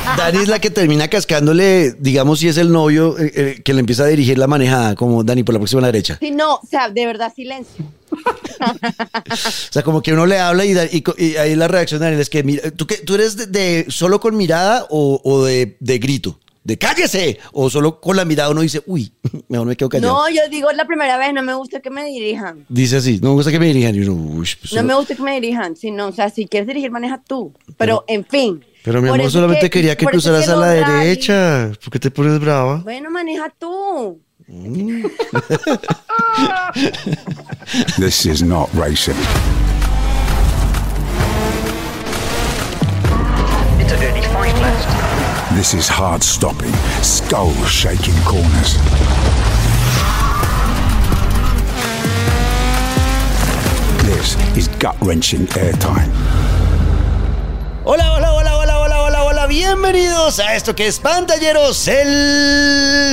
Dani es la que termina cascándole, digamos, si es el novio que le empieza a dirigir la manejada, como Dani, por la próxima a la derecha. Sí, no, o sea, de verdad, silencio. O sea, como que uno le habla y ahí la reacción de Dani es que, mira, ¿tú eres de solo con mirada o de grito? De cállese, o solo con la mirada uno dice, uy, mejor me quedo callado. No, yo digo la primera vez, no me gusta que me dirijan. Dice así, no me gusta que me dirijan. Y uno, uy, pues, no me gusta que me dirijan, sino, o sea, si quieres dirigir, maneja tú. Pero en fin. Pero mi amor, solamente quería que cruzaras a la derecha. ¿Por qué te pones brava? Bueno, maneja tú. This is not racing. It's a dirty five left. This is hard-stopping, skull-shaking corners. This is gut-wrenching airtime. Hola, hola, hola, hola, hola, hola, hola. Bienvenidos a esto que es Pantalleros, el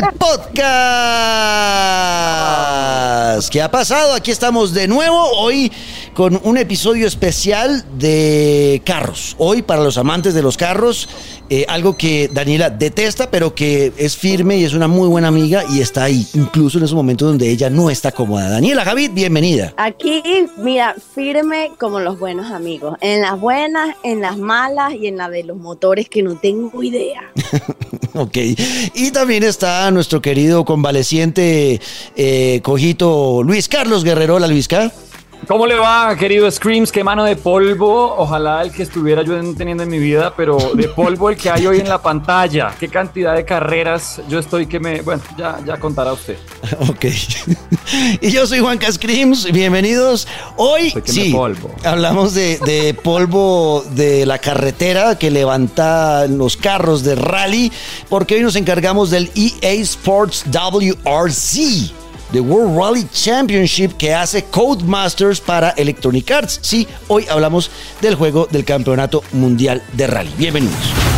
podcast. ¿Qué ha pasado? Aquí estamos de nuevo, hoy con un episodio especial de carros. Hoy para los amantes de los carros, algo que Daniela detesta, pero que es firme y es una muy buena amiga y está ahí, incluso en esos momentos donde ella no está cómoda. Daniela Javid, bienvenida. Aquí, mira, firme como los buenos amigos. En las buenas, en las malas y en la de los motores que no tengo idea. Ok. Y también está nuestro querido convaleciente cojito Luis Carlos Guerrero. Hola, Luisca. ¿Cómo le va, querido Screams? Qué mano de polvo. Ojalá el que estuviera yo teniendo en mi vida, pero de polvo el que hay hoy en la pantalla. Qué cantidad de carreras yo estoy que me... Bueno, ya contará usted. Ok. Y yo soy Juanca Screams. Bienvenidos. Hoy sí, polvo. Hablamos de polvo de la carretera que levanta los carros de rally, porque hoy nos encargamos del EA Sports WRC. The World Rally Championship que hace Codemasters para Electronic Arts. Sí, hoy hablamos del juego del Campeonato Mundial de Rally. Bienvenidos.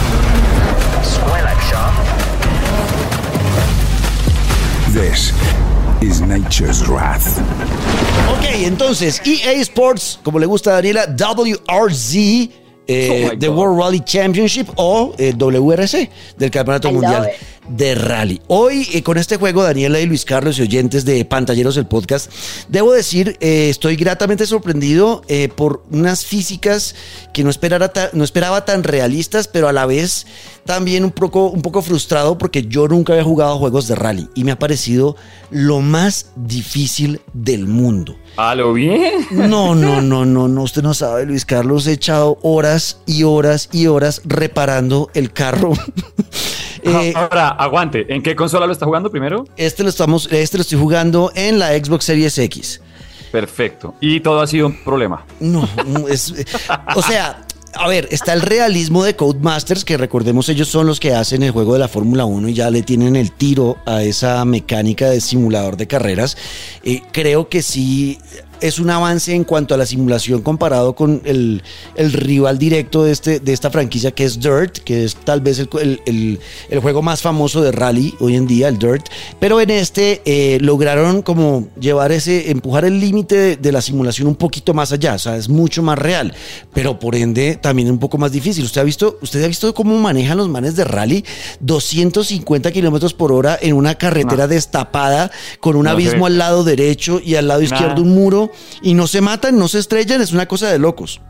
This is nature's wrath. Ok, entonces, EA Sports, como le gusta a Daniela, WRC, The World Rally Championship o WRC, del Campeonato Mundial de Rally. Hoy, con este juego, Daniela y Luis Carlos y oyentes de Pantalleros, el podcast, debo decir, estoy gratamente sorprendido por unas físicas que no esperaba tan realistas, pero a la vez también un poco frustrado porque yo nunca había jugado juegos de rally y me ha parecido lo más difícil del mundo. ¿A lo bien? No, usted no sabe, Luis Carlos, he echado horas y horas y horas reparando el carro. Ahora, aguante, ¿en qué consola lo está jugando primero? Este lo estoy jugando en la Xbox Series X. Perfecto. ¿Y todo ha sido un problema? No, o sea, a ver, está el realismo de Codemasters, que recordemos ellos son los que hacen el juego de la Fórmula 1 y ya le tienen el tiro a esa mecánica de simulador de carreras. Creo que sí es un avance en cuanto a la simulación comparado con el rival directo de esta franquicia, que es Dirt, que es tal vez el juego más famoso de rally hoy en día, el Dirt. Pero en lograron como empujar el límite de la simulación un poquito más allá, o sea, es mucho más real, pero por ende también un poco más difícil. ¿Usted ha visto cómo manejan los manes de rally 250 kilómetros por hora en una carretera destapada con un abismo al lado derecho y al lado izquierdo un muro? Y no se matan, no se estrellan, es una cosa de locos.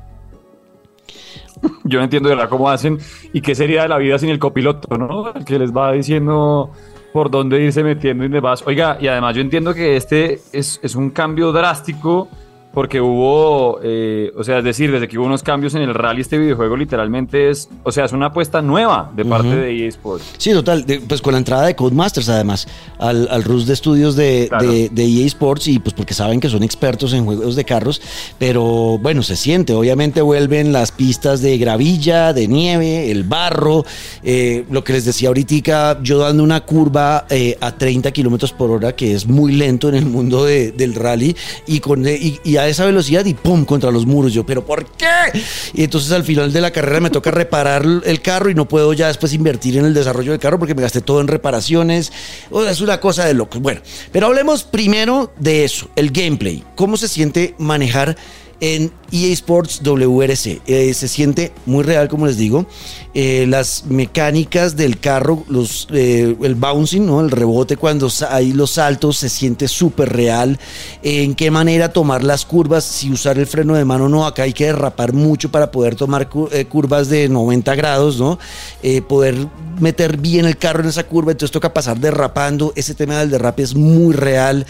Yo no entiendo de verdad cómo hacen y qué sería de la vida sin el copiloto, ¿no? El que les va diciendo por dónde irse metiendo y demás. Oiga, y además yo entiendo que este es un cambio drástico porque hubo, o sea, es decir, desde que hubo unos cambios en el rally, este videojuego literalmente es una apuesta nueva de parte de EA Sports. Sí, total, pues con la entrada de Codemasters además, al RUS de estudios de EA Sports, y pues porque saben que son expertos en juegos de carros, pero bueno, se siente, obviamente vuelven las pistas de gravilla, de nieve, el barro, lo que les decía ahorita, yo dando una curva a 30 kilómetros por hora, que es muy lento en el mundo del rally, y a esa velocidad y ¡pum! Contra los muros. Yo, ¿pero por qué? Y entonces al final de la carrera me toca reparar el carro y no puedo ya después invertir en el desarrollo del carro porque me gasté todo en reparaciones. O sea, es una cosa de locos. Bueno, pero hablemos primero de eso, el gameplay. ¿Cómo se siente manejar en EA Sports WRC. Se siente muy real, como les digo. Las mecánicas del carro, el bouncing, ¿no? El rebote cuando hay los saltos, se siente súper real. En qué manera tomar las curvas, si usar el freno de mano o no. Acá hay que derrapar mucho para poder tomar curvas de 90 grados, ¿no? Poder meter bien el carro en esa curva, entonces toca pasar derrapando. Ese tema del derrape es muy real.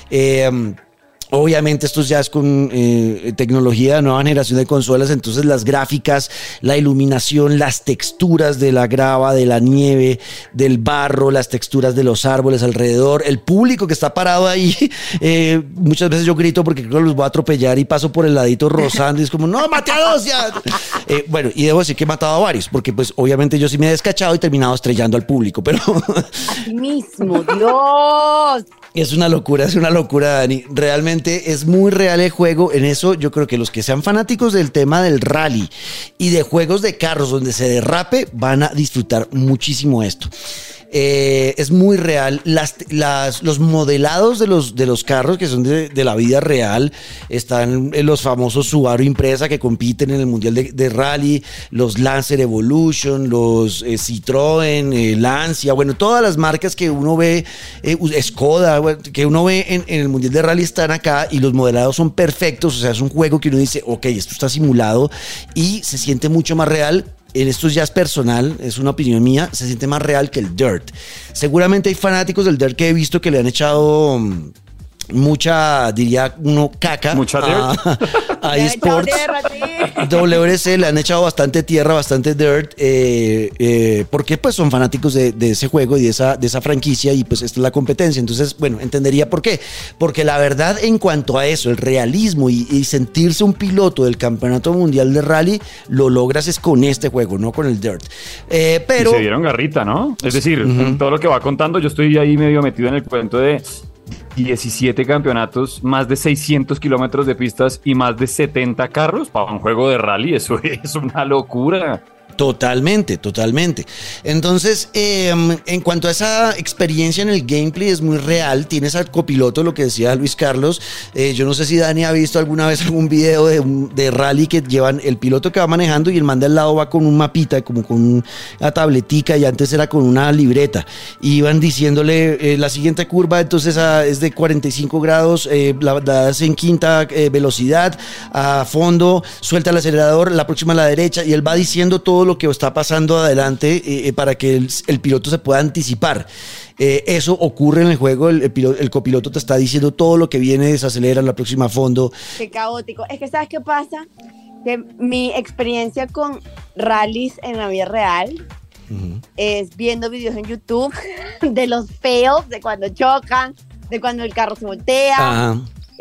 Obviamente esto ya es con tecnología de nueva generación de consolas, entonces las gráficas, la iluminación, las texturas de la grava, de la nieve, del barro, las texturas de los árboles alrededor, el público que está parado ahí, muchas veces yo grito porque creo que los voy a atropellar y paso por el ladito rozando y es como, no, mate a dos ya. Bueno, y debo decir que he matado a varios, porque pues obviamente yo sí me he descachado y terminado estrellando al público, pero... Así mismo, Dios. Es una locura, Dani. Realmente es muy real el juego. En eso yo creo que los que sean fanáticos del tema del rally y de juegos de carros donde se derrape van a disfrutar muchísimo esto. Es muy real. Los modelados de los carros que son de la vida real, están los famosos Subaru Impreza que compiten en el Mundial de Rally, los Lancer Evolution, los Citroën, Lancia, bueno, todas las marcas que uno ve, Skoda, que uno ve en el Mundial de Rally están acá y los modelados son perfectos. O sea, es un juego que uno dice, ok, esto está simulado y se siente mucho más real. En esto ya es personal, es una opinión mía, se siente más real que el Dirt. Seguramente hay fanáticos del Dirt que he visto que le han echado mucha, diría uno, caca a eSports. WRC le han echado bastante tierra, bastante dirt, porque pues son fanáticos de ese juego y de esa franquicia, y pues esta es la competencia. Entonces, bueno, entendería por qué. Porque la verdad, en cuanto a eso, el realismo y sentirse un piloto del Campeonato Mundial de Rally, lo logras es con este juego, no con el dirt. Pero y se dieron garrita, ¿no? Es decir, todo lo que va contando, yo estoy ahí medio metido en el cuento de 17 campeonatos, más de 600 kilómetros de pistas y más de 70 carros para un juego de rally. Eso es una locura. Totalmente. Entonces, en cuanto a esa experiencia en el gameplay, es muy real. Tienes al copiloto, lo que decía Luis Carlos. Yo no sé si Dani ha visto alguna vez algún video de rally que llevan el piloto que va manejando y el man de al lado va con un mapita, como con una tabletica, y antes era con una libreta. Y iban diciéndole la siguiente curva, entonces es de 45 grados, la das en quinta velocidad, a fondo, suelta el acelerador, la próxima a la derecha, y él va diciendo todo lo que está pasando adelante para que el piloto se pueda anticipar. Eso ocurre en el juego, el copiloto te está diciendo todo lo que viene, desacelera, la próxima a fondo. Qué caótico. Es que ¿sabes qué pasa? Que mi experiencia con rallies en la vida real es viendo videos en YouTube de los fails, de cuando chocan, de cuando el carro se voltea. Ajá.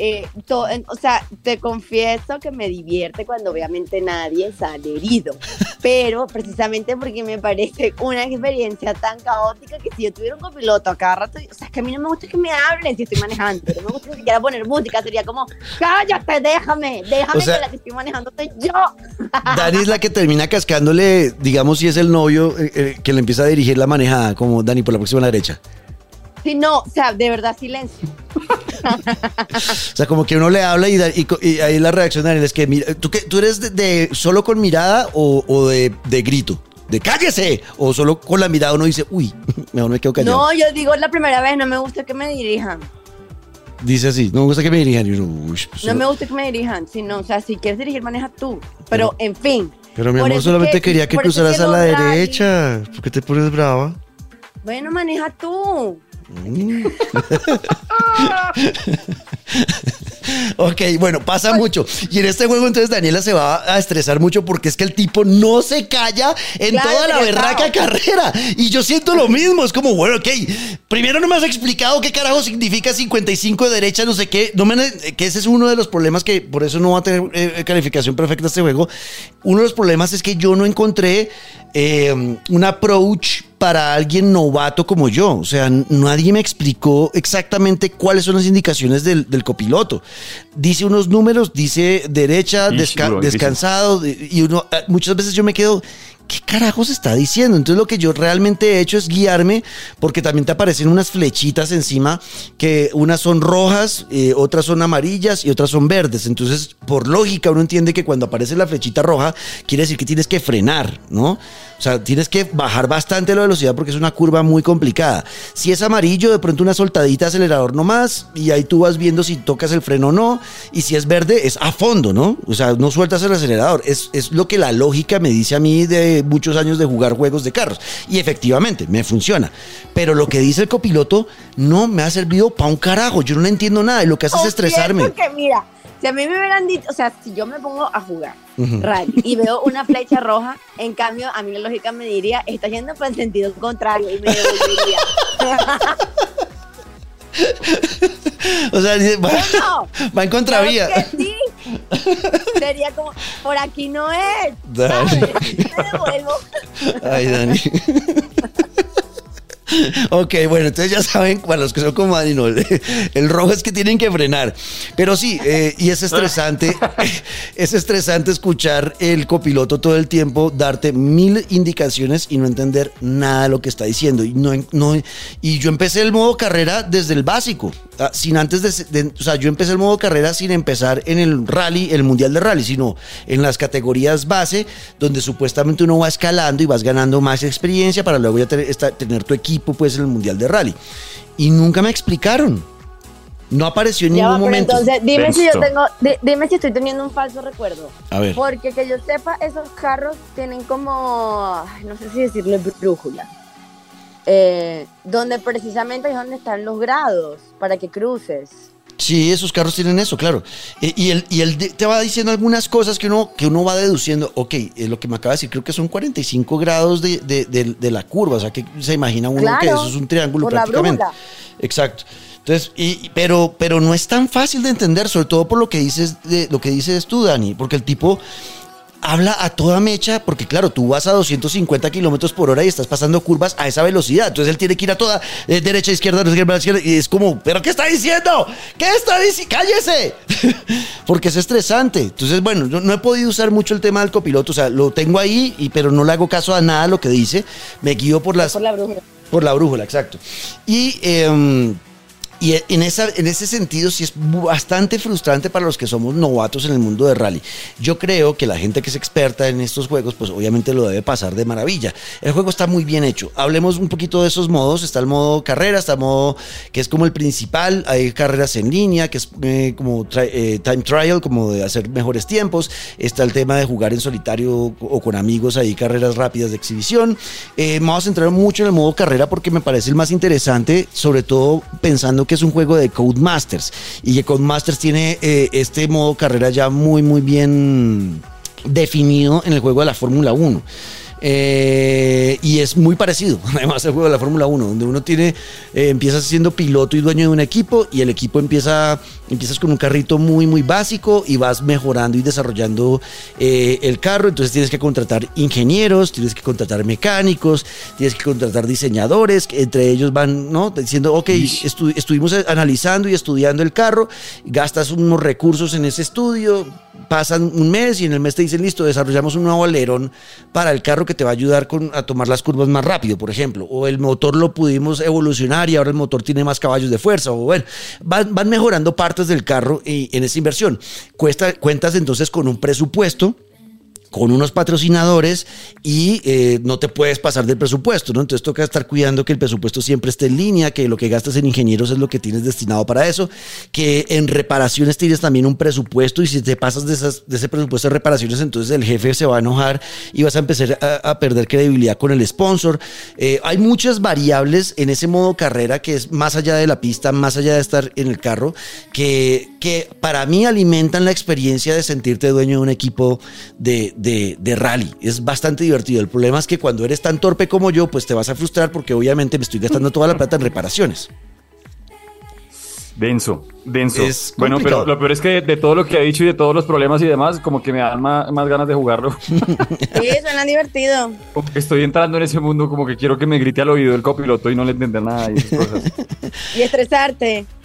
O sea, te confieso que me divierte cuando obviamente nadie sale herido, pero precisamente porque me parece una experiencia tan caótica que si yo tuviera un copiloto a cada rato, o sea, es que a mí no me gusta que me hablen si estoy manejando, pero no me gusta ni siquiera poner música, sería como, cállate, déjame, o sea, que la que estoy manejando soy yo. Dani es la que termina cascándole, digamos, si es el novio que le empieza a dirigir la manejada, como Dani, por la próxima a la derecha. Sí, no, o sea, de verdad, silencio. O sea, como que uno le habla y ahí la reacción de Daniel es que, mira, ¿tú eres de solo con mirada o de grito? ¿De cállese? ¿O solo con la mirada uno dice, uy, mejor me quedo callado? No, yo digo la primera vez, no me gusta que me dirijan. Dice así, no me gusta que me dirijan. Y uno, uy, pues, no me gusta que me dirijan, sino, o sea, si quieres dirigir, maneja tú. Pero en fin. Pero mi amor, solamente quería que cruzaras a la derecha. ¿Por qué te pones brava? Bueno, maneja tú. Ok, bueno, pasa mucho. Y en este juego entonces Daniela se va a estresar mucho porque es que el tipo no se calla en toda la berraca carrera. Y yo siento lo mismo, es como, bueno, ok, primero no me has explicado qué carajo significa 55 de derecha, no sé qué, que ese es uno de los problemas que por eso no va a tener calificación perfecta este juego. Uno de los problemas es que yo no encontré un approach para alguien novato como yo. O sea, nadie me explicó exactamente cuáles son las indicaciones del copiloto. Dice unos números, dice derecha, descansado, y uno, muchas veces yo me quedo, ¿qué carajos está diciendo? Entonces lo que yo realmente he hecho es guiarme, porque también te aparecen unas flechitas encima, que unas son rojas, otras son amarillas y otras son verdes. Entonces, por lógica, uno entiende que cuando aparece la flechita roja, quiere decir que tienes que frenar, ¿no? O sea, tienes que bajar bastante la velocidad porque es una curva muy complicada. Si es amarillo, de pronto una soltadita de acelerador nomás, y ahí tú vas viendo si tocas el freno o no. Y si es verde, es a fondo, ¿no? O sea, no sueltas el acelerador. Es lo que la lógica me dice a mí de muchos años de jugar juegos de carros. Y efectivamente, me funciona. Pero lo que dice el copiloto no me ha servido para un carajo. Yo no entiendo nada y lo que hace es estresarme. Porque mira, si a mí me hubieran dicho, o sea, si yo me pongo a jugar rally y veo una flecha roja, en cambio, a mí la lógica me diría, está yendo por el sentido contrario y me devolvería. O sea, va en contravía. Claro que sí. Sería como, por aquí no es. Dani. ¿Sabes? Me devuelvo. Ay, Dani. Ok, bueno, entonces ya saben, para los que son como Dani, no, el rojo es que tienen que frenar. Pero sí, y es estresante escuchar el copiloto todo el tiempo darte 1000 indicaciones y no entender nada de lo que está diciendo. Y yo empecé el modo carrera desde el básico, sin antes o sea, yo empecé el modo carrera sin empezar en el rally, el mundial de rally, sino en las categorías base, donde supuestamente uno va escalando y vas ganando más experiencia para luego ya tener tu equipo pues en el mundial de rally. Y nunca me explicaron. No apareció en ningún momento. Entonces, dime si Listo. dime si estoy teniendo un falso recuerdo. A ver. Porque que yo sepa, esos carros tienen como, no sé si decirle brújula. Donde precisamente es donde están los grados para que cruces. Sí, esos carros tienen eso, claro. Y él te va diciendo algunas cosas que uno va deduciendo. Ok, lo que me acaba de decir, creo que son 45 grados de la curva. O sea, que se imagina uno Claro, que eso es un triángulo por la prácticamente. brújula. Exacto. Entonces, pero no es tan fácil de entender, sobre todo por lo que dices tú, Dani, porque el tipo habla a toda mecha, porque claro, tú vas a 250 kilómetros por hora y estás pasando curvas a esa velocidad. Entonces él tiene que ir a toda derecha, izquierda, y es como, ¿pero qué está diciendo? ¿Qué está diciendo? ¡Cállese! Porque es estresante. Entonces, bueno, yo no he podido usar mucho el tema del copiloto, o sea, lo tengo ahí, pero no le hago caso a nada de lo que dice. Me guío por Por la brújula. por la brújula, exacto. Y en ese sentido sí es bastante frustrante para los que somos novatos en el mundo de rally. Yo creo que la gente que es experta en estos juegos, pues obviamente lo debe pasar de maravilla. El juego está muy bien hecho. Hablemos un poquito de esos modos. Está el modo carrera, está el modo que es como el principal. Hay carreras en línea, que es como time trial, como de hacer mejores tiempos. Está el tema de jugar en solitario o con amigos, ahí carreras rápidas de exhibición. Vamos a centrar mucho en el modo carrera porque me parece el más interesante, sobre todo pensando que es un juego de Codemasters y que Codemasters tiene este modo carrera ya muy muy bien definido en el juego de la Fórmula 1. Y es muy parecido además al juego de la Fórmula 1, donde uno empiezas siendo piloto y dueño de un equipo, y el equipo empiezas con un carrito muy muy básico y vas mejorando y desarrollando el carro. Entonces tienes que contratar ingenieros, tienes que contratar mecánicos, tienes que contratar diseñadores, que entre ellos van, ¿no?, diciendo, ok, estuvimos analizando y estudiando el carro, gastas unos recursos en ese estudio, pasan un mes y en el mes te dicen, listo, desarrollamos un nuevo alerón para el carro que te va a ayudar a tomar las curvas más rápido, por ejemplo, o el motor lo pudimos evolucionar y ahora el motor tiene más caballos de fuerza, o bueno, van mejorando partes del carro en esa inversión. Cuentas entonces con un presupuesto, con unos patrocinadores, y no te puedes pasar del presupuesto, ¿no? Entonces toca estar cuidando que el presupuesto siempre esté en línea, que lo que gastas en ingenieros es lo que tienes destinado para eso, que en reparaciones tienes también un presupuesto, y si te pasas de ese presupuesto de reparaciones, entonces el jefe se va a enojar y vas a empezar a perder credibilidad con el sponsor. Hay muchas variables en ese modo carrera que es más allá de la pista, más allá de estar en el carro, que para mí alimentan la experiencia de sentirte dueño de un equipo de rally. Es bastante divertido. El problema es que cuando eres tan torpe como yo, pues te vas a frustrar porque obviamente me estoy gastando toda la plata en reparaciones. Denso. Es Bueno, complicado. pero lo peor es que de todo lo que ha dicho y de todos los problemas y demás, como que me dan más ganas de jugarlo. Sí, suena divertido. Como que estoy entrando en ese mundo, como que quiero que me grite al oído el copiloto y no le entender nada y esas cosas. Y estresarte.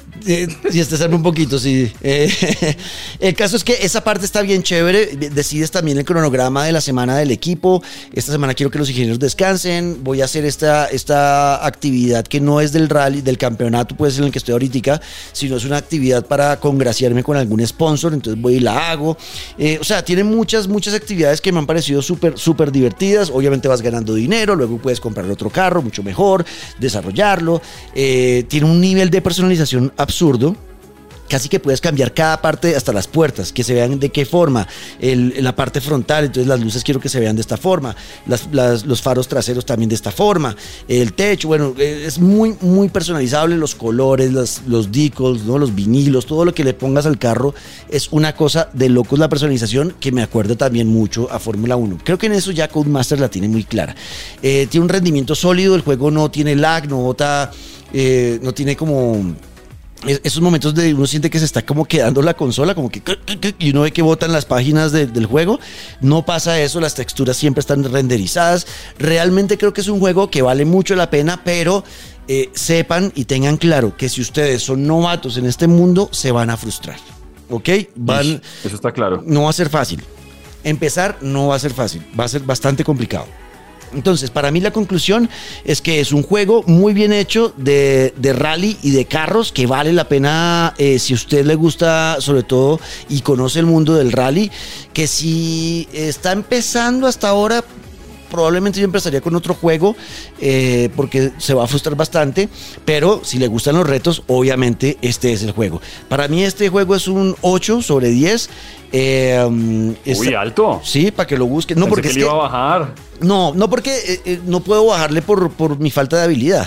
Y estresarme un poquito, sí. El caso es que esa parte está bien chévere. Decides también el cronograma de la semana del equipo. Esta semana quiero que los ingenieros descansen. Voy a hacer esta actividad que no es del rally, del campeonato, pues en el que estoy ahorita, sino es una actividad para congraciarme con algún sponsor. Entonces voy y la hago. O sea, tiene muchas actividades que me han parecido súper divertidas. Obviamente vas ganando dinero, luego puedes comprar otro carro, mucho mejor, desarrollarlo. Tiene un nivel de personalización absurdo. Casi que puedes cambiar cada parte, hasta las puertas, que se vean de qué forma, la parte frontal, entonces las luces quiero que se vean de esta forma, los faros traseros también de esta forma, el techo, bueno, es muy personalizable, los colores, los decals, ¿no? Los vinilos, todo lo que le pongas al carro es una cosa de locos la personalización, que me acuerda también mucho a Fórmula 1. Creo que en eso ya Codemasters la tiene muy clara. Tiene un rendimiento sólido, el juego no tiene lag, no bota, no tiene como... esos momentos de uno siente que se está como quedando la consola, como que y uno ve que botan las páginas del juego. No pasa eso, las texturas siempre están renderizadas. Realmente creo que es un juego que vale mucho la pena, pero sepan y tengan claro que si ustedes son novatos en este mundo, se van a frustrar, ¿ok? Eso está claro. No va a ser fácil. Empezar no va a ser fácil, va a ser bastante complicado. Entonces, para mí la conclusión es que es un juego muy bien hecho de rally y de carros que vale la pena, si a usted le gusta sobre todo y conoce el mundo del rally, que si está empezando hasta ahora, probablemente yo empezaría con otro juego porque se va a frustrar bastante, pero si le gustan los retos, obviamente este es el juego. Para mí este juego es un 8 sobre 10. Uy, alto. Sí, para que lo busquen. No, Pensé porque que es le que, iba a bajar. no porque no puedo bajarle por mi falta de habilidad.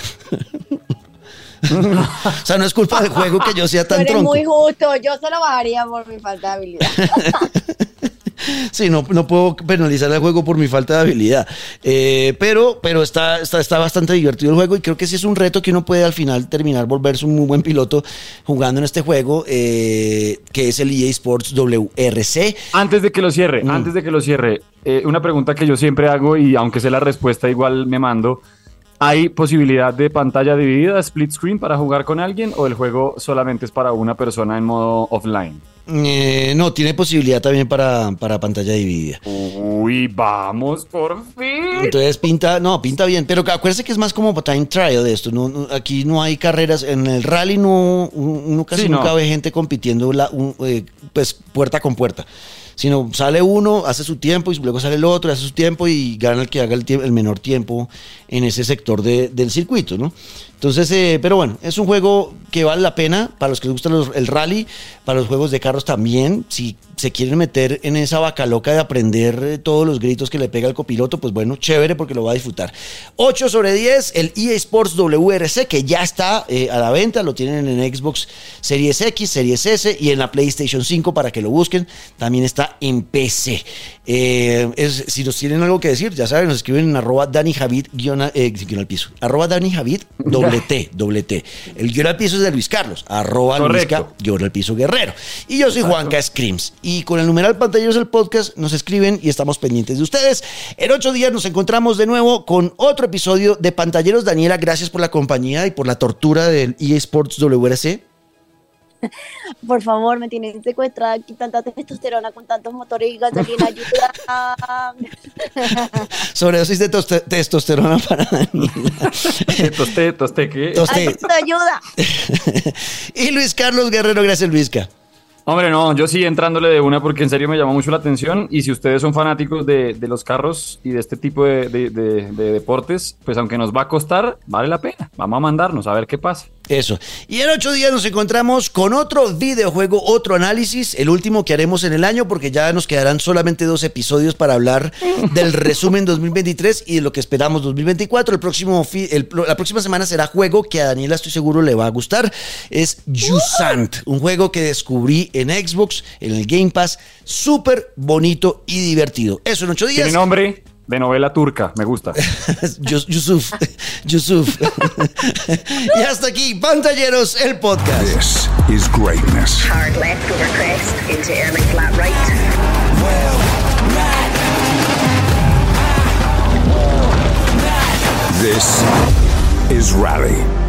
O sea, no es culpa del juego que yo sea tan Pero es tronco. muy justo, yo solo bajaría por mi falta de habilidad. Sí, no puedo penalizar al juego por mi falta de habilidad. Pero está bastante divertido el juego y creo que sí es un reto que uno puede al final terminar volverse un muy buen piloto jugando en este juego, que es el EA Sports WRC. Antes de que lo cierre, una pregunta que yo siempre hago y aunque sé la respuesta igual me mando. ¿Hay posibilidad de pantalla dividida, split screen para jugar con alguien o el juego solamente es para una persona en modo offline? No, tiene posibilidad también para pantalla dividida. Uy, vamos, por fin. Entonces pinta bien, pero acuérdense que es más como time trial de esto. Aquí no hay carreras, en el rally uno casi nunca ve gente compitiendo pues puerta con puerta. Sino sale uno, hace su tiempo y luego sale el otro, hace su tiempo y gana el que haga el menor tiempo en ese sector del circuito, ¿no? Entonces, pero bueno, es un juego que vale la pena para los que les gusta el rally, para los juegos de carros también. Si se quieren meter en esa vaca loca de aprender todos los gritos que le pega el copiloto, pues bueno, chévere porque lo va a disfrutar. 8 sobre 10, el EA Sports WRC, que ya está a la venta, lo tienen en Xbox Series X, Series S y en la PlayStation 5 para que lo busquen. También está en PC. Si nos tienen algo que decir, ya saben, nos escriben en @DaniJavid guión al piso. @DaniJavid doble T. El guión al piso es de Luis Carlos, @Luisca guión al piso Guerrero. Y yo soy Juanca Scrims. Y con el numeral Pantalleros del podcast nos escriben y estamos pendientes de ustedes. En 8 días nos encontramos de nuevo con otro episodio de Pantalleros. Daniela, gracias por la compañía y por la tortura del EA Sports WRC. Por favor, me tienen secuestrada aquí tanta testosterona con tantos motores y gasolina. Ayuda. Sobredosis de testosterona para Daniela. Tosté, ¿qué? Ayuda. Y Luis Carlos Guerrero, gracias Luisca. Hombre, no, yo sí entrándole de una porque en serio me llama mucho la atención y si ustedes son fanáticos de los carros y de este tipo de deportes, pues aunque nos va a costar, vale la pena. Vamos a mandarnos a ver qué pasa. Eso. Y en 8 días nos encontramos con otro videojuego, otro análisis, el último que haremos en el año porque ya nos quedarán solamente 2 episodios para hablar del resumen 2023 y de lo que esperamos 2024. La próxima semana será juego que a Daniela estoy seguro le va a gustar. Es Jusant, un juego que descubrí en Xbox, en el Game Pass, súper bonito y divertido. Eso en 8 días. Tiene nombre de novela turca, me gusta. Yusuf. Y hasta aquí, Pantalleros, el podcast. This is greatness. Hard left over crest into early flat right. This is rally.